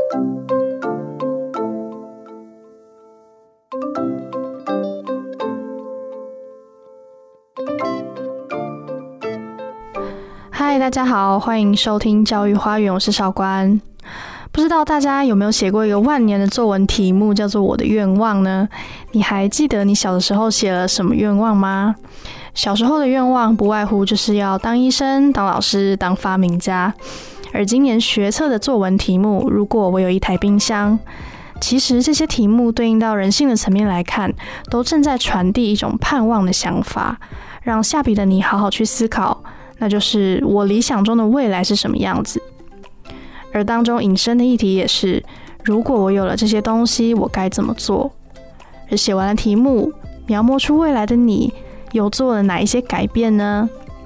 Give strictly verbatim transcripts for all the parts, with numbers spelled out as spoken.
嗨，大家好，欢迎收听教育花园，我是小关。不知道大家有没有写过一个万年的作文题目，叫做我的愿望呢？你还记得你小的时候写了什么愿望吗？小时候的愿望不外乎就是要当医生、当老师、当发明家。而今年学测的作文题目，如果我有一台冰箱，其实这些题目对应到人性的层面来看，都正在传递一种盼望的想法，让下笔的你好好去思考，那就是我理想中的未来是什么样子。而当中引申的议题也是，如果我有了这些东西，我该怎么做？而写完了题目，描摹出未来的你，又做了哪一些改变呢？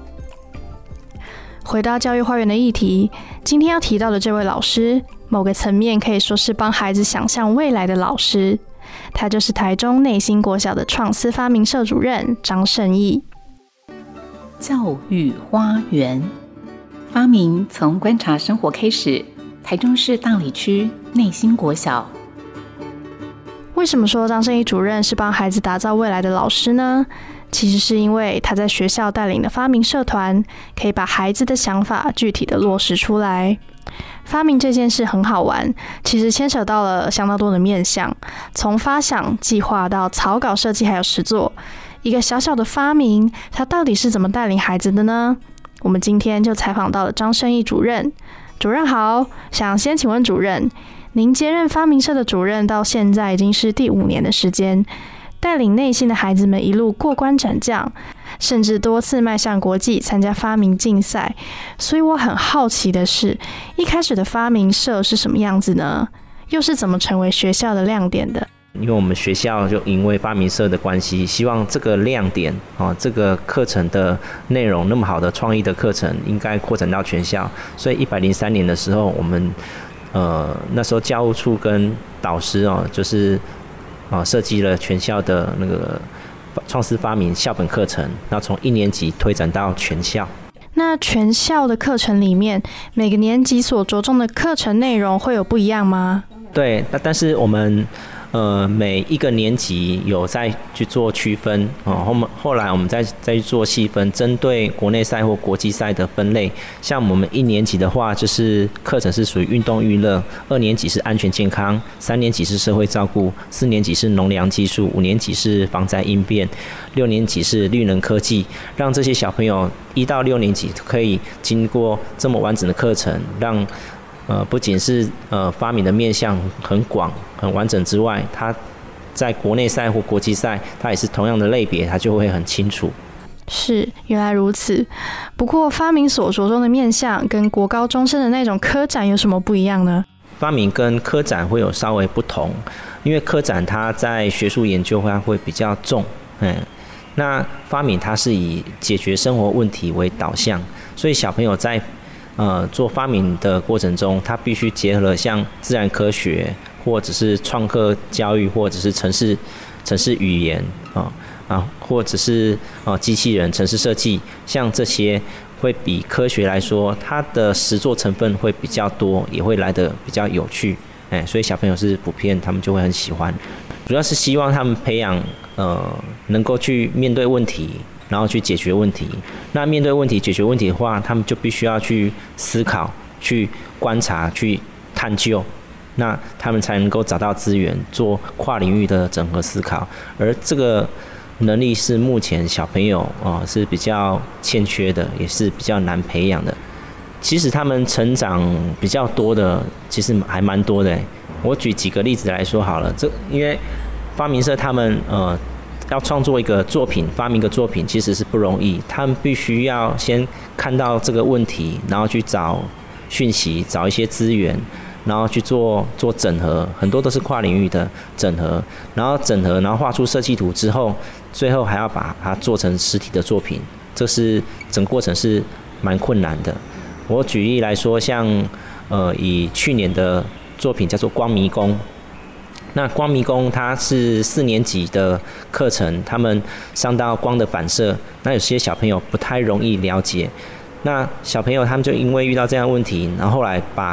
回到教育花园的议题，今天要提到的这位老师，某个层面可以说是帮孩子想象未来的老师，他就是台中内兴国小的创思发明社主任张胜义。 教育花园，发明从观察生活开始。台中市大里区内兴国小。 为什么说张胜义主任是帮孩子打造未来的老师呢？其实是因为他在学校带领的发明社团，可以把孩子的想法具体的落实出来。发明这件事很好玩，其实牵扯到了相当多的面向，从发想、计划到草稿设计还有实作。一个小小的发明，它到底是怎么带领孩子的呢？我们今天就采访到了张胜义主任。主任好，想先请问主任，您接任发明社的主任到现在已经是第五年的时间，带领内兴的孩子们一路过关斩将，甚至多次迈向国际参加发明竞赛。所以我很好奇的是，一开始的发明社是什么样子呢？又是怎么成为学校的亮点的？ 因为我们学校就因为发明社的关系，希望这个亮点、哦、这个课程的内容那么好的创意的课程应该扩展到全校，所以一百零三年的时候，我们呃那时候教务处跟导师哦，就是啊设计了全校的那个创思发明校本课程，然后从一年级推展到全校。 那全校的课程里面，每个年级所着重的课程内容会有不一样吗？ 对，但是我们呃，每一个年级有在去做区分哦，后后来我们再再去做细分，针对国内赛或国际赛的分类。像我们一年级的话，就是课程是属于运动娱乐；二年级是安全健康；三年级是社会照顾；四年级是农粮技术；五年级是防灾应变；六年级是绿能科技。让这些小朋友一到六年级可以经过这么完整的课程，让呃，不仅是呃发明的面向很广、很完整之外，它在国内赛或国际赛，它也是同样的类别，它就会很清楚。 是，原来如此。不过，发明所着重的面向跟国高中生的那种科展有什么不一样呢？ 发明跟科展会有稍微不同，因为科展它在学术研究它会比较重，嗯，那发明它是以解决生活问题为导向，所以小朋友在呃，做发明的过程中，它必须结合了像自然科学，或者是创客教育，或者是程式、程式语言啊啊，或者是呃机器人、程式设计，像这些会比科学来说，它的实作成分会比较多，也会来得比较有趣。哎，所以小朋友是普遍他们就会很喜欢，主要是希望他们培养呃能够去面对问题。然后去解决问题。那面对问题、解决问题的话，他们就必须要去思考、去观察、去探究，那他们才能够找到资源，做跨领域的整合思考。而这个能力是目前小朋友啊、呃、是比较欠缺的，也是比较难培养的。其实他们成长比较多的，其实还蛮多的。我举几个例子来说好了，这因为发明社他们呃。要创作一个作品，发明一个作品其实是不容易，他们必须要先看到这个问题，然后去找讯息，找一些资源，然后去做做整合，很多都是跨领域的整合，然后整合，然后画出设计图之后，最后还要把它做成实体的作品，这是整个过程是蛮困难的。我举例来说，像呃以去年的作品叫做光迷宫。那光迷宫它是四年级的课程，他们上到光的反射，那有些小朋友不太容易了解，那小朋友他们就因为遇到这样的问题，然后后来把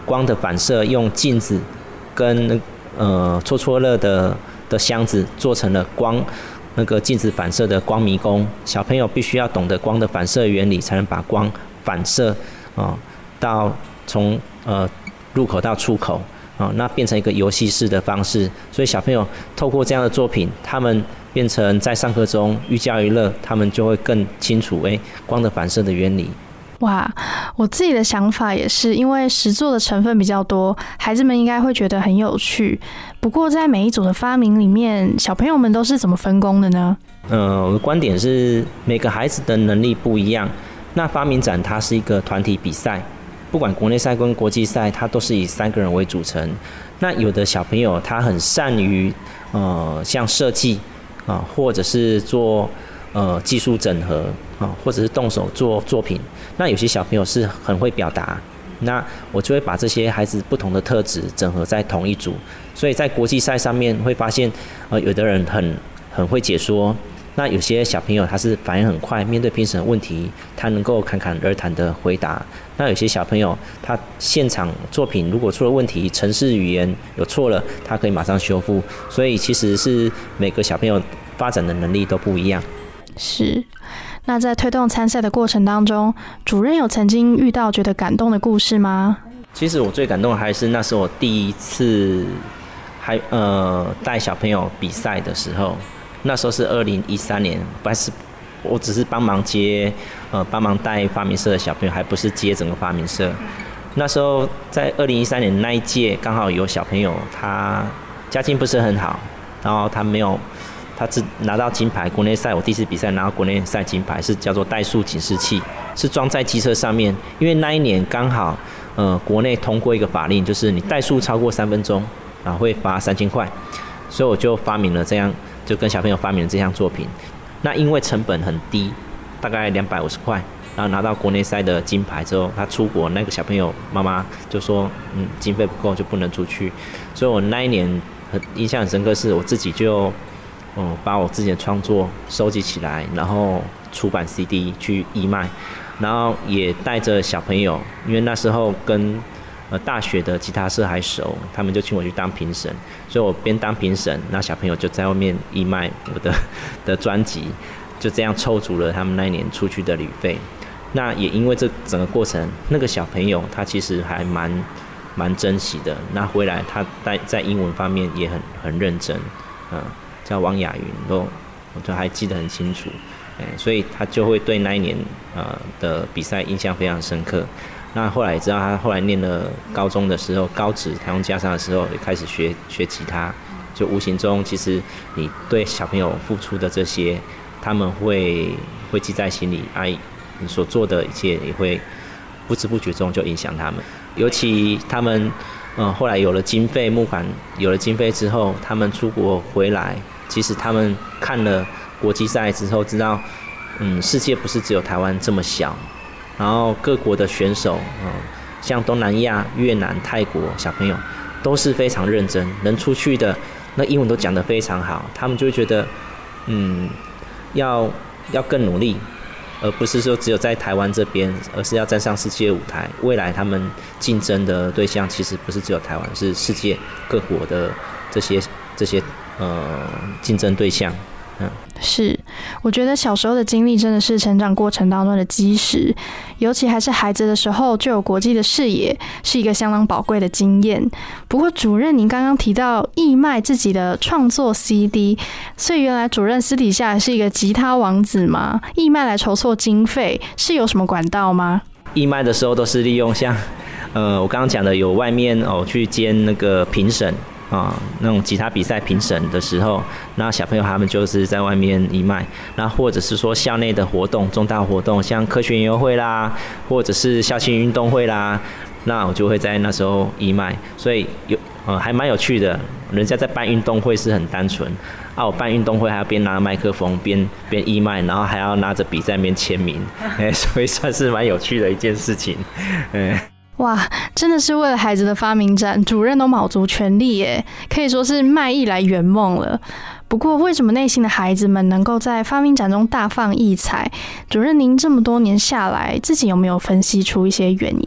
光的反射用镜子跟呃戳戳乐的的箱子做成了光那个镜子反射的光迷宫。小朋友必须要懂得光的反射原理，才能把光反射啊、呃、到从呃入口到出口啊、呃，那变成一个游戏式的方式。所以小朋友透过这样的作品，他们变成在上课中寓教于乐，他们就会更清楚哎光的反射的原理。 哇，我自己的想法也是，因为实作的成分比较多，孩子们应该会觉得很有趣。不过在每一组的发明里面，小朋友们都是怎么分工的呢？ 呃，我的观点是每个孩子的能力不一样。那发明展它是一个团体比赛，不管国内赛跟国际赛，它都是以三个人为组成。那有的小朋友他很善于呃像设计啊、呃，或者是做呃技术整合啊，或者是动手做作品。那有些小朋友是很会表达，那我就会把这些孩子不同的特质整合在同一组。所以在国际赛上面会发现，呃，有的人很很会解说，那有些小朋友他是反应很快，面对评审问题，他能够侃侃而谈的回答。那有些小朋友他现场作品如果出了问题，程式语言有错了，他可以马上修复。所以其实是每个小朋友发展的能力都不一样。 是。那在推动参赛的过程当中，主任有曾经遇到觉得感动的故事吗？ 其实我最感动的还是那是我第一次还呃带小朋友比赛的时候，那时候是二零一三年，不是我只是帮忙接呃帮忙带发明社的小朋友，还不是接整个发明社。那时候在二零一三年那一届，刚好有小朋友他家境不是很好，然后他没有。他只拿到金牌，国内赛我第一次比赛拿到国内赛金牌，是叫做怠速警示器，是装在机车上面。因为那一年刚好，呃，国内通过一个法令，就是你怠速超过三分钟，然后会罚三千块，所以我就发明了这样，就跟小朋友发明了这项作品。那因为成本很低，大概两百五十块，然后拿到国内赛的金牌之后，他出国那个小朋友妈妈就说，嗯，经费不够就不能出去，所以我那一年很印象很深刻，是我自己就。嗯，把我自己的创作收集起来，然后出版 C D 去义卖，然后也带着小朋友，因为那时候跟呃大学的吉他社还熟，他们就请我去当评审，所以我边当评审，那小朋友就在外面义卖我的的专辑，就这样凑足了他们那一年出去的旅费。那也因为这整个过程，那个小朋友他其实还蛮蛮珍惜的，那回来他在在英文方面也很很认真，嗯。叫王雅云，都我都还记得很清楚，哎，所以他就会对那一年呃的比赛印象非常深刻。那后来也知道他后来念了高中的时候，高职台中家商的时候，也开始学学吉他，就无形中其实你对小朋友付出的这些，他们会会记在心里，哎、啊，你所做的一切也会不知不觉中就影响他们，尤其他们呃后来有了经费，募款有了经费之后，他们出国回来。其实他们看了国际赛之后，知道，嗯，世界不是只有台湾这么小，然后各国的选手，嗯，像东南亚、越南、泰国小朋友都是非常认真，能出去的那英文都讲得非常好，他们就会觉得，嗯，要要更努力，而不是说只有在台湾这边，而是要站上世界舞台。未来他们竞争的对象其实不是只有台湾，是世界各国的这些这些。呃，竞争对象，嗯， 是，我觉得小时候的经历真的是成长过程当中的基石，尤其还是孩子的时候就有国际的视野，是一个相当宝贵的经验。不过主任，您刚刚提到义卖自己的创作 C D， 所以原来主任私底下是一个吉他王子吗？义卖来筹措经费是有什么管道吗？ 义卖的时候都是利用像，呃，我刚刚讲的有外面哦去兼那个评审。啊、哦，那种吉他比赛评审的时候，那小朋友他们就是在外面义卖，那或者是说校内的活动、重大活动，像科学园游会啦，或者是校庆运动会啦，那我就会在那时候义卖，所以有呃还蛮有趣的。人家在办运动会是很单纯，啊，我办运动会还要边拿麦克风边边义卖，然后还要拿着笔在那边签名，哎，所以算是蛮有趣的一件事情，哎。 哇，真的是为了孩子的发明展，主任都卯足全力耶，可以说是卖艺来圆梦了。不过，为什么内心的孩子们能够在发明展中大放异彩？主任，您这么多年下来，自己有没有分析出一些原因？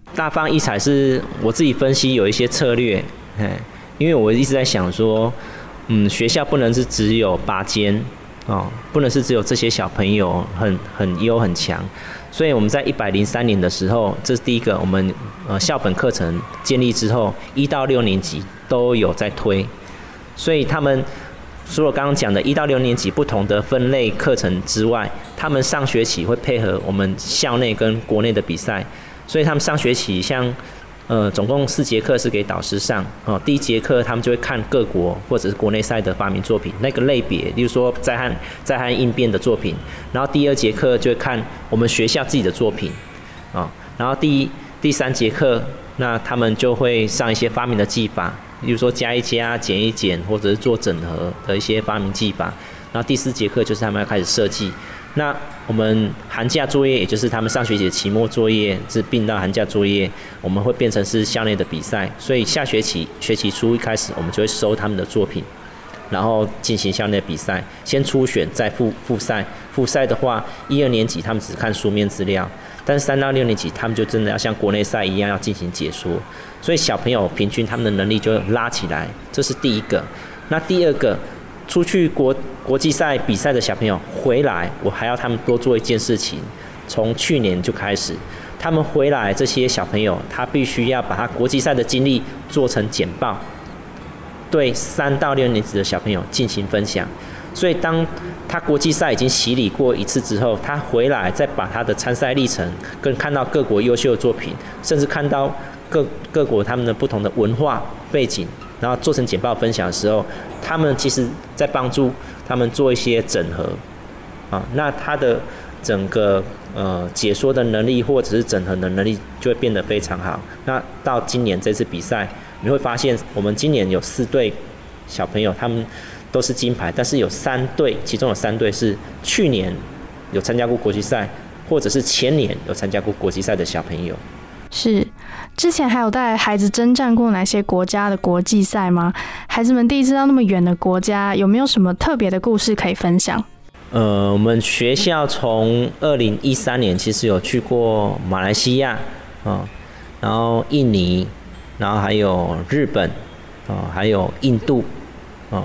大放异彩是我自己分析有一些策略，因为我一直在想说，嗯，学校不能是只有八间哦，不能是只有这些小朋友很很优很强，所以我们在一百零三年的时候，这是第一个，我们呃校本课程建立之后，一到六年级都有在推，所以他们除了刚刚讲的一到六年级不同的分类课程之外，他们上学期会配合我们校内跟国内的比赛，所以他们上学期像呃总共四节课是给导师上哦，第一节课他们就会看各国或者是国内赛的发明作品那个类别，例如说灾害灾害应变的作品，然后第二节课就会看我们学校自己的作品啊、哦，然后第第三节课那他们就会上一些发明的技法。比如说加一加、减一减，或者是做整合的一些发明技法。然后第四节课就是他们要开始设计。那我们寒假作业，也就是他们上学期的期末作业，是并到寒假作业，我们会变成是校内的比赛。所以下学期学期初一开始，我们就会收他们的作品，然后进行校内比赛，先初选，再复复赛。复赛的话，一二年级他们只看书面资料。但是三到六年级，他们就真的要像国内赛一样要进行解说，所以小朋友平均他们的能力就拉起来，这是第一个。那第二个，出去国国际赛比赛的小朋友回来，我还要他们多做一件事情。从去年就开始，他们回来这些小朋友，他必须要把他国际赛的经历做成简报，对三到六年级的小朋友进行分享。所以当他国际赛已经洗礼过一次之后，他回来再把他的参赛历程跟看到各国优秀的作品，甚至看到各各国他们的不同的文化背景，然后做成简报分享的时候，他们其实在帮助他们做一些整合啊，那他的整个呃解说的能力或者是整合的能力就会变得非常好。那到今年这次比赛，你会发现我们今年有四队小朋友，他们都是金牌，但是有三队，其中有三队是去年有参加过国际赛，或者是前年有参加过国际赛的小朋友。 是，之前还有带孩子征战过哪些国家的国际赛吗？孩子们第一次到那么远的国家，有没有什么特别的故事可以分享？ 呃，我们学校从二零一三年其实有去过马来西亚，哦，然后印尼，然后还有日本，哦，还有印度，哦。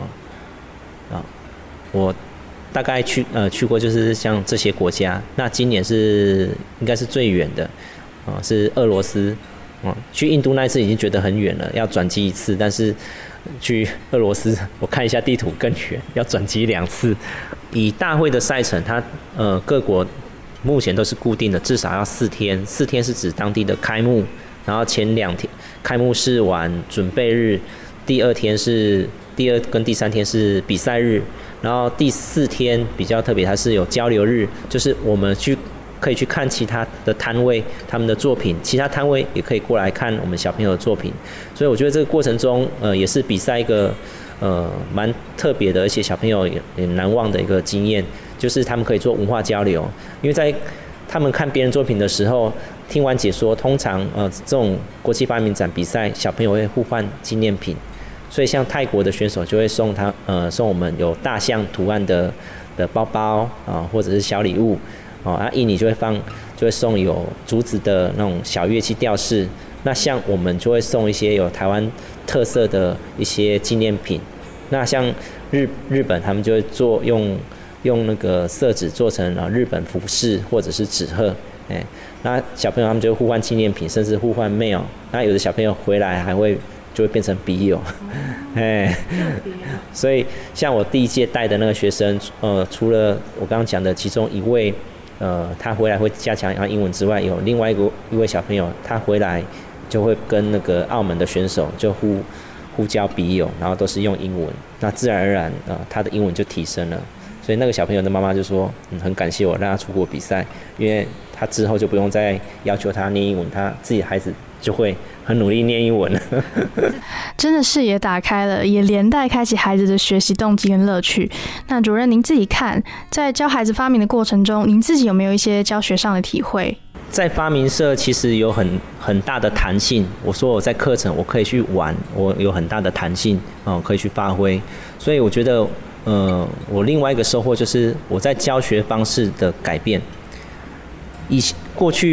我大概去呃去过就是像这些国家，那今年是应该是最远的，啊、呃、是俄罗斯，啊、呃、去印度那一次已经觉得很远了，要转机一次，但是去俄罗斯我看一下地图更远，要转机两次。以大会的赛程，它呃各国目前都是固定的，至少要四天，四天是指当地的开幕，然后前两天开幕式完准备日，第二天是第二跟第三天是比赛日。然后第四天比较特别，它是有交流日，就是我们去可以去看其他的摊位他们的作品，其他摊位也可以过来看我们小朋友的作品。所以我觉得这个过程中，呃，也是比赛一个呃蛮特别的，而且小朋友也也难忘的一个经验，就是他们可以做文化交流。因为在他们看别人作品的时候，听完解说，通常呃这种国际发明展比赛，小朋友会互换纪念品。所以像泰国的选手就会送他呃送我们有大象图案的的包包啊、呃，或者是小礼物哦。啊，印尼就会放就会送有竹子的那种小乐器吊饰。那像我们就会送一些有台湾特色的一些纪念品。那像日日本他们就会做用用那个色纸做成啊日本服饰或者是纸鹤，哎，那小朋友他们就会互换纪念品，甚至互换 mail。那有的小朋友回来还会。就会变成笔友，哎，所以像我第一届带的那个学生，呃，除了我刚刚讲的其中一位，呃，他回来会加强英文之外，有另外一个一位小朋友，他回来就会跟那个澳门的选手就互互交笔友，然后都是用英文，那自然而然，呃，他的英文就提升了。所以那个小朋友的妈妈就说，嗯，很感谢我让他出国比赛，因为他之后就不用再要求他念英文，他自己的孩子就会很努力念英文了。 真的视野打开了，也连带开启孩子的学习动机跟乐趣。那主任您自己看，在教孩子发明的过程中，您自己有没有一些教学上的体会？ 在发明社其实有很很大的弹性。我说我在课程我可以去玩，我有很大的弹性，哦，可以去发挥。所以我觉得，呃，我另外一个收获就是我在教学方式的改变。以过去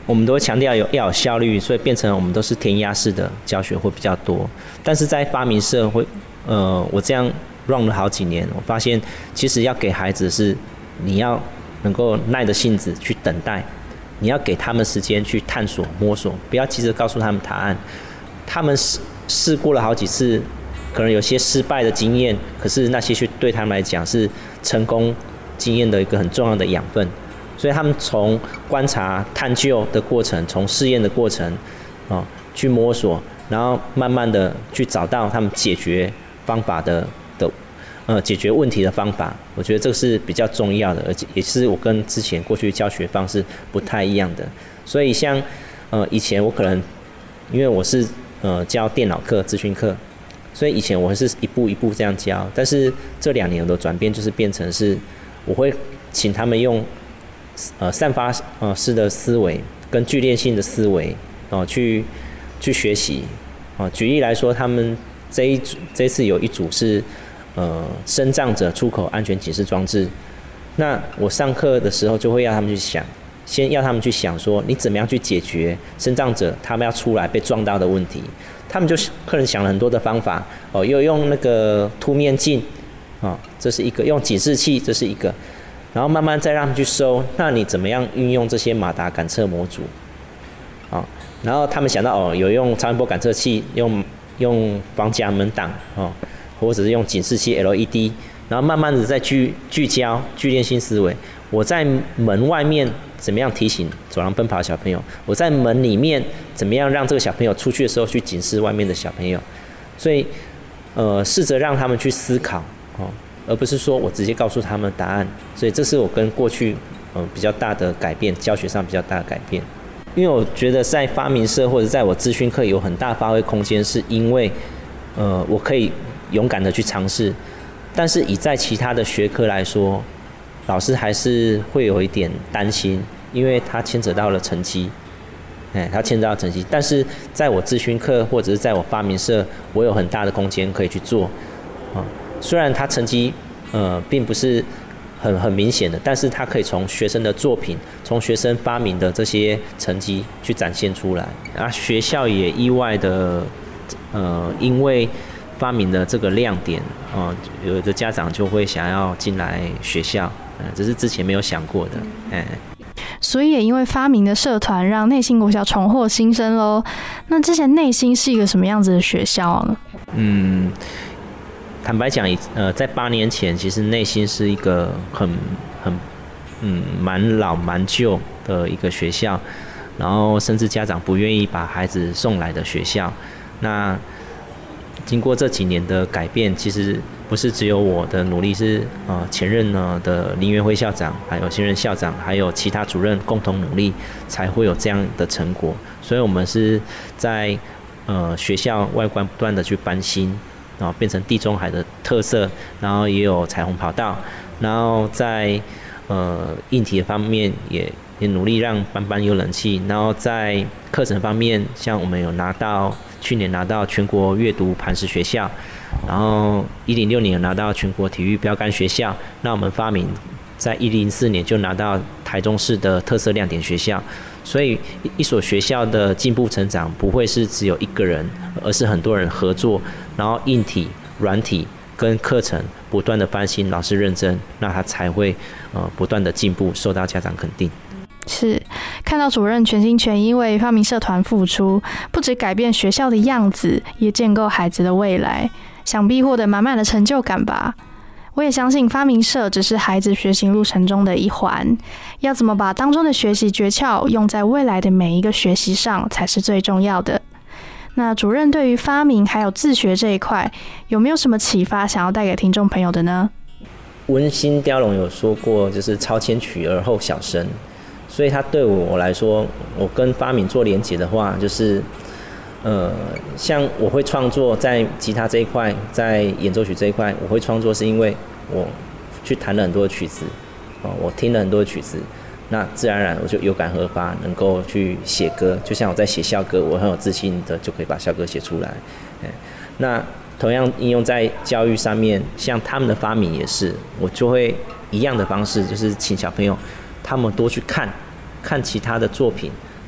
我们都会强调有要有效率，所以变成我们都是填鸭式的教学会比较多。但是在发明社会，呃，我这样 run 了好几年，我发现其实要给孩子是你要能够耐着性子去等待，你要给他们时间去探索摸索，不要急着告诉他们答案。他们试试过了好几次，可能有些失败的经验，可是那些对他们来讲是成功经验的一个很重要的养分。所以他们从观察、探究的过程，从试验的过程，哦，去摸索，然后慢慢的去找到他们解决方法的的，呃，解决问题的方法。我觉得这个是比较重要的，而且也是我跟之前过去教学方式不太一样的。所以像呃以前我可能因为我是呃教电脑课、资讯课，所以以前我是一步一步这样教。但是这两年我的转变就是变成是，我会请他们用 呃，散发呃式的思维跟剧烈性的思维哦、呃，去去学习哦、呃。举例来说，他们这一组这一次有一组是呃身障者出口安全警示装置。那我上课的时候就会要他们去想，先要他们去想说，你怎么样去解决身障者他们要出来被撞到的问题。他们就客人想了很多的方法哦，又用那个凸面镜啊、哦，这是一个；用警示器，这是一个。 然后慢慢再让他们去收，那你怎么样运用这些马达感测模组？哦，然后他们想到哦，有用超音波感测器，用用防夹门挡哦，或者是用警示器 L E D， 然后慢慢的再聚聚焦聚练性思维。我在门外面怎么样提醒走廊奔跑的小朋友？我在门里面怎么样让这个小朋友出去的时候去警示外面的小朋友？所以，呃，试着让他们去思考哦。 而不是说我直接告诉他们答案，所以这是我跟过去呃比较大的改变，教学上比较大的改变。因为我觉得在发明社或者在我资讯课有很大发挥空间，是因为呃我可以勇敢的去尝试，但是以在其他的学科来说，老师还是会有一点担心，因为它牵扯到了成绩，哎，它牵扯到成绩。但是在我资讯课或者是在我发明社，我有很大的空间可以去做啊。 虽然他成绩呃并不是很很明显的，但是他可以从学生的作品，从学生发明的这些成绩去展现出来。啊，学校也意外的呃因为发明的这个亮点，哦、呃，有的家长就会想要进来学校，嗯、呃，这是之前没有想过的，哎。 所以也因为发明的社团，让内心国小重获新生喽。那之前内心是一个什么样子的学校呢？ 嗯。 坦白讲，呃，在八年前，其实内心是一个很很嗯蛮老蛮旧的一个学校，然后甚至家长不愿意把孩子送来的学校。那经过这几年的改变，其实不是只有我的努力，是呃前任呢的林元辉校长，还有现任校长，还有其他主任共同努力，才会有这样的成果。所以我们是在呃学校外观不断的去翻新。 然后变成地中海的特色，然后也有彩虹跑道，然后在呃硬体的方面也也努力让班班有冷气，然后在课程方面，像我们有拿到去年拿到全国阅读磐石学校，然后一零六年有拿到全国体育标杆学校，那我们发明在一零四年就拿到台中市的特色亮点学校。 所以，一所学校的进步成长不会是只有一个人，而是很多人合作，然后硬体、软体跟课程不断的翻新，老师认真，那他才会呃不断的进步，受到家长肯定。 是，看到主任全心全意为发明社团付出，不只改变学校的样子，也建构孩子的未来，想必获得满满的成就感吧。 我也相信发明社只是孩子学习路程中的一环，要怎么把当中的学习诀窍用在未来的每一个学习上，才是最重要的。那主任对于发明还有自学这一块，有没有什么启发想要带给听众朋友的呢？ 文心雕龙有说过，就是超前取而后小生，所以他对我来说，我跟发明做连结的话，就是。 呃，像我会创作在吉他这一块，在演奏曲这一块，我会创作是因为我去弹了很多的曲子，哦，我听了很多的曲子，那自然而然我就有感而发，能够去写歌。就像我在写校歌，我很有自信的就可以把校歌写出来。哎，那同样应用在教育上面，像他们的发明也是，我就会一样的方式，就是请小朋友他们多去看看其他的作品。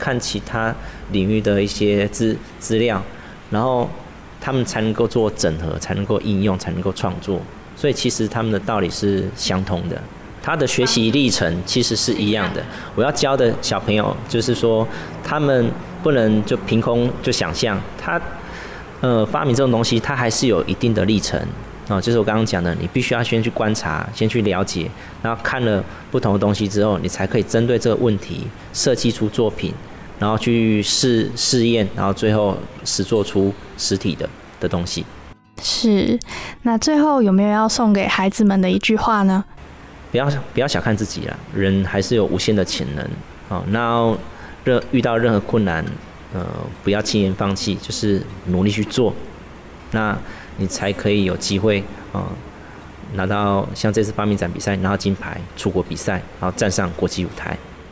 看其他领域的一些资资料，然后他们才能够做整合，才能够应用，才能够创作。所以其实他们的道理是相通的，他的学习历程其实是一样的。我要教的小朋友就是说，他们不能就凭空就想象，他呃发明这种东西，它还是有一定的历程。哦，就是我刚刚讲的，你必须要先去观察，先去了解，然后看了不同的东西之后，你才可以针对这个问题设计出作品，然后去试试验，然后最后实做出实体的的东西。 是，那最后有没有要送给孩子们的一句话呢？ 不要不要小看自己啦，人还是有无限的潜能。哦，那任遇到任何困难，呃，不要轻言放弃，就是努力去做。那你才可以有机会，呃，拿到像这次发明展比赛拿到金牌，出国比赛，然后站上国际舞台。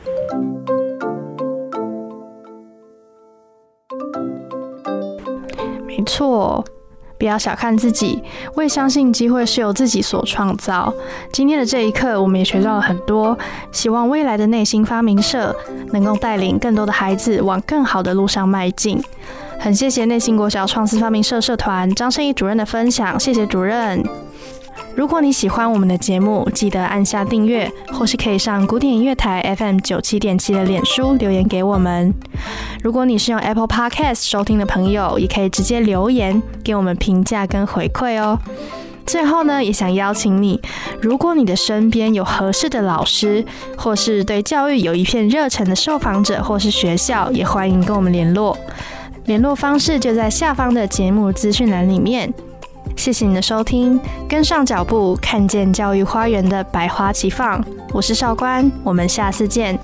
没错，不要小看自己，我也相信机会是由自己所创造。今天的这一刻，我们也学到了很多，希望未来的内心发明社能够带领更多的孩子往更好的路上迈进。很谢谢内心国小创思发明社社团张胜义主任的分享，谢谢主任。如果你喜欢我们的节目，记得按下订阅，或是可以上古典音乐台 F M 九十七点七 的脸书留言给我们。如果你是用 Apple Podcast 收听的朋友，也可以直接留言给我们评价跟回馈哦。最后呢，也想邀请你，如果你的身边有合适的老师，或是对教育有一片热忱的受访者或是学校，也欢迎跟我们联络。联络方式就在下方的节目资讯栏里面。谢谢你的收听，跟上脚步，看见教育花园的百花齐放。我是少官，我们下次见。